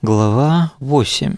Глава 8.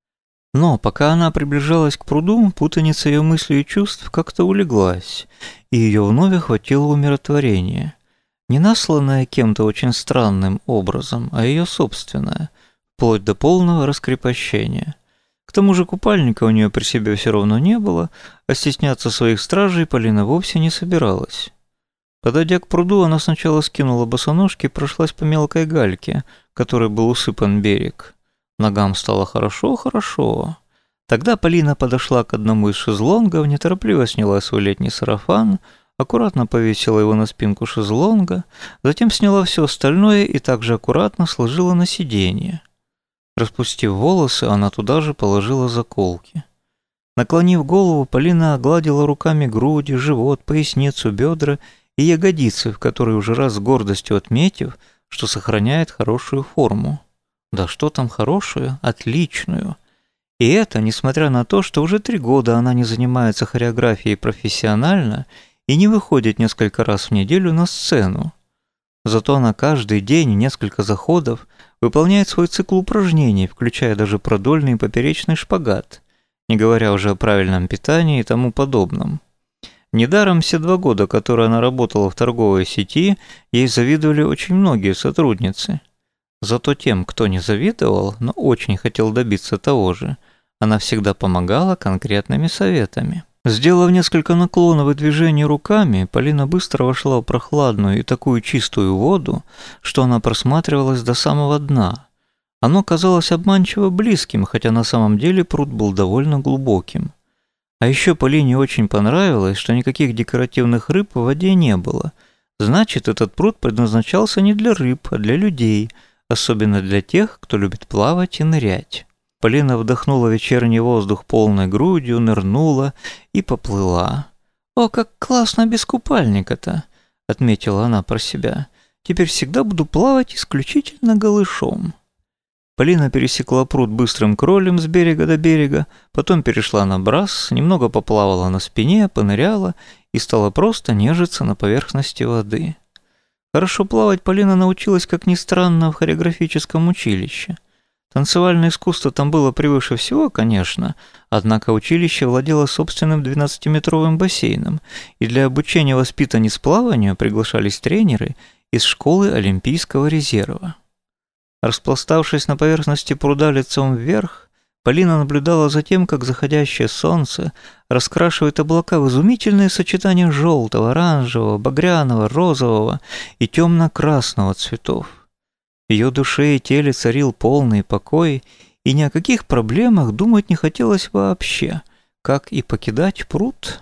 Но пока она приближалась к пруду, путаница ее мыслей и чувств как-то улеглась, и ее вновь охватило умиротворение. Не насланное кем-то очень странным образом, а ее собственное, вплоть до полного раскрепощения. К тому же купальника у нее при себе все равно не было, а стесняться своих стражей Полина вовсе не собиралась. Подойдя к пруду, она сначала скинула босоножки и прошлась по мелкой гальке, которой был усыпан берег. Ногам стало хорошо. Тогда Полина подошла к одному из шезлонгов, неторопливо сняла свой летний сарафан, аккуратно повесила его на спинку шезлонга, затем сняла все остальное и также аккуратно сложила на сиденье. Распустив волосы, она туда же положила заколки. Наклонив голову, Полина огладила руками груди, живот, поясницу, бедра и ягодицы, в которые уже раз с гордостью отметив, что сохраняет хорошую форму. Да что там хорошую, отличную. И это, несмотря на то, что уже 3 года она не занимается хореографией профессионально и не выходит несколько раз в неделю на сцену. Зато она каждый день несколько заходов выполняет свой цикл упражнений, включая даже продольный и поперечный шпагат, не говоря уже о правильном питании и тому подобном. Недаром все 2 года, которые она работала в торговой сети, ей завидовали очень многие сотрудницы. Зато тем, кто не завидовал, но очень хотел добиться того же, она всегда помогала конкретными советами. Сделав несколько наклонов и движений руками, Полина быстро вошла в прохладную и такую чистую воду, что она просматривалась до самого дна. Оно казалось обманчиво близким, хотя на самом деле пруд был довольно глубоким. А еще Полине очень понравилось, что никаких декоративных рыб в воде не было. Значит, этот пруд предназначался не для рыб, а для людей, особенно для тех, кто любит плавать и нырять. Полина вдохнула вечерний воздух полной грудью, нырнула и поплыла. «О, как классно без купальника-то!» — отметила она про себя. «Теперь всегда буду плавать исключительно голышом». Полина пересекла пруд быстрым кролем с берега до берега, потом перешла на брас, немного поплавала на спине, поныряла и стала просто нежиться на поверхности воды. Хорошо плавать Полина научилась, как ни странно, в хореографическом училище. Танцевальное искусство там было превыше всего, конечно, однако училище владело собственным 12-метровым бассейном, и для обучения воспитанниц плаванию приглашались тренеры из школы Олимпийского резерва. Распластавшись на поверхности пруда лицом вверх, Полина наблюдала за тем, как заходящее солнце раскрашивает облака в изумительные сочетания желтого, оранжевого, багряного, розового и темно-красного цветов. В ее душе и теле царил полный покой, и ни о каких проблемах думать не хотелось вообще, как и покидать пруд.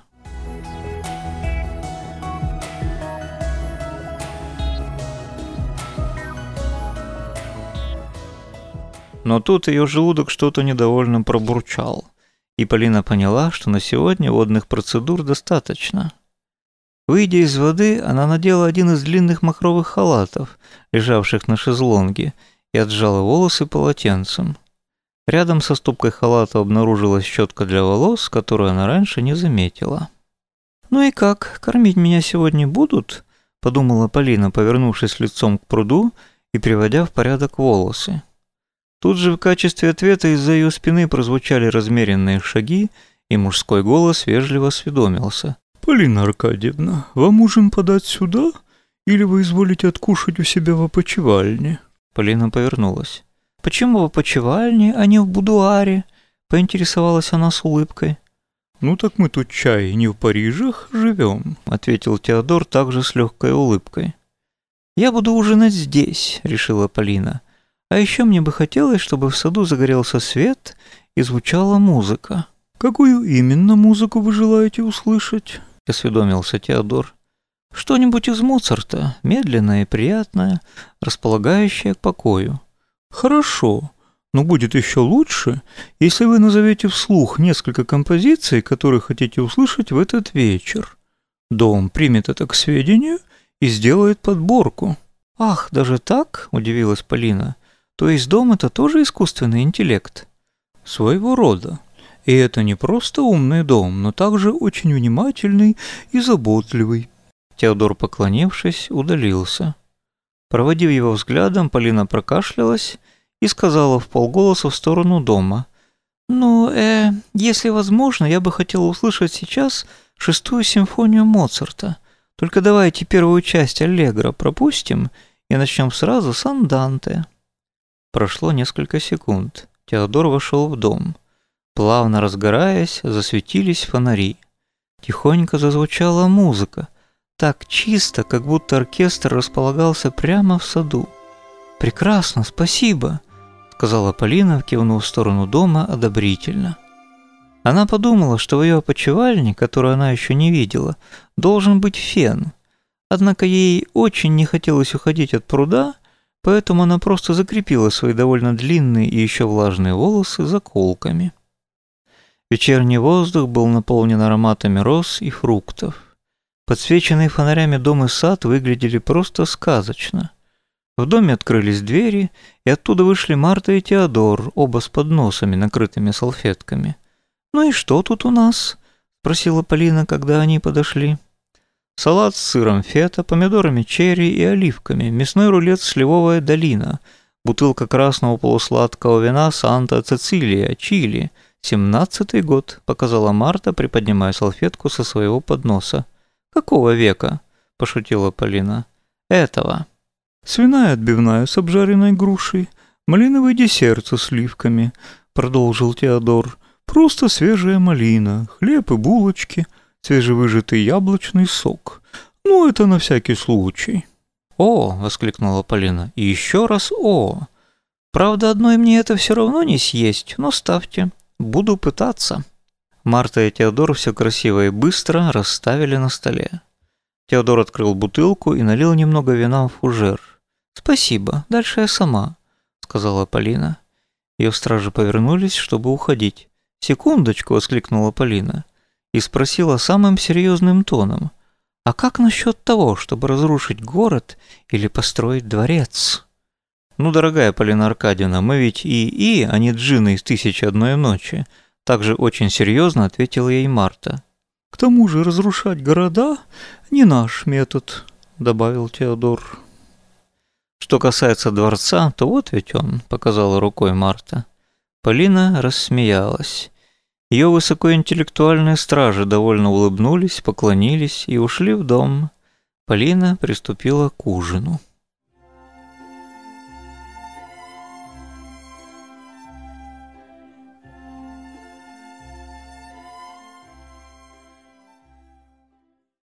Но тут ее желудок что-то недовольно пробурчал, и Полина поняла, что на сегодня водных процедур достаточно. Выйдя из воды, она надела один из длинных махровых халатов, лежавших на шезлонге, и отжала волосы полотенцем. Рядом со стопкой халата обнаружилась щетка для волос, которую она раньше не заметила. «Ну и как, кормить меня сегодня будут?» — подумала Полина, повернувшись лицом к пруду и приводя в порядок волосы. Тут же в качестве ответа из-за ее спины прозвучали размеренные шаги, и мужской голос вежливо осведомился. «Полина Аркадьевна, вам ужин подать сюда, или вы изволите откушать у себя в опочивальне?» Полина повернулась. «Почему в опочивальне, а не в будуаре?» — поинтересовалась она с улыбкой. «Ну так мы тут чай не в Парижах живем», — ответил Теодор также с легкой улыбкой. «Я буду ужинать здесь», — решила Полина. «А еще мне бы хотелось, чтобы в саду загорелся свет и звучала музыка». «Какую именно музыку вы желаете услышать?» — осведомился Теодор. «Что-нибудь из Моцарта, медленное и приятное, располагающее к покою». «Хорошо, но будет еще лучше, если вы назовете вслух несколько композиций, которые хотите услышать в этот вечер. Дом примет это к сведению и сделает подборку». «Ах, даже так?» — удивилась Полина. «То есть дом — это тоже искусственный интеллект?» «Своего рода. И это не просто умный дом, но также очень внимательный и заботливый». Теодор, поклонившись, удалился. Проводив его взглядом, Полина прокашлялась и сказала вполголоса в сторону дома: «Ну, если возможно, я бы хотела услышать сейчас 6-ю симфонию Моцарта. Только давайте первую часть Аллегро пропустим и начнем сразу с анданте». Прошло несколько секунд. Теодор вошел в дом. Плавно разгораясь, засветились фонари. Тихонько зазвучала музыка, так чисто, как будто оркестр располагался прямо в саду. «Прекрасно, спасибо», — сказала Полина, кивнув в сторону дома одобрительно. Она подумала, что в ее опочивальне, которую она еще не видела, должен быть фен. Однако ей очень не хотелось уходить от пруда, поэтому она просто закрепила свои довольно длинные и еще влажные волосы заколками. Вечерний воздух был наполнен ароматами роз и фруктов. Подсвеченные фонарями дом и сад выглядели просто сказочно. В доме открылись двери, и оттуда вышли Марта и Теодор, оба с подносами, накрытыми салфетками. «Ну и что тут у нас?» – спросила Полина, когда они подошли. «Салат с сыром фета, помидорами черри и оливками, мясной рулет сливовая долина, бутылка красного полусладкого вина Санта-Цицилия, Чили, 17-й год», – показала Марта, приподнимая салфетку со своего подноса. «Какого века?» – пошутила Полина. «Этого». «Свиная отбивная с обжаренной грушей, малиновый десерт со сливками», – продолжил Теодор. «Просто свежая малина, хлеб и булочки, свежевыжатый яблочный сок. Ну, это на всякий случай». «О!» – воскликнула Полина. «И еще раз «о!». Правда, одной мне это все равно не съесть, но ставьте. Буду пытаться». Марта и Теодор все красиво и быстро расставили на столе. Теодор открыл бутылку и налил немного вина в фужер. «Спасибо, дальше я сама», — сказала Полина. Ее стражи повернулись, чтобы уходить. «Секундочку», — воскликнула Полина и спросила самым серьезным тоном: «А как насчет того, чтобы разрушить город или построить дворец?» «Ну, дорогая Полина Аркадьевна, мы ведь а не джинны из «Тысячи одной ночи», — также очень серьезно ответила ей Марта. «К тому же разрушать города не наш метод», — добавил Теодор. «Что касается дворца, то вот ведь он», — показала рукой Марта. Полина рассмеялась. Ее высокоинтеллектуальные стражи довольно улыбнулись, поклонились и ушли в дом. Полина приступила к ужину.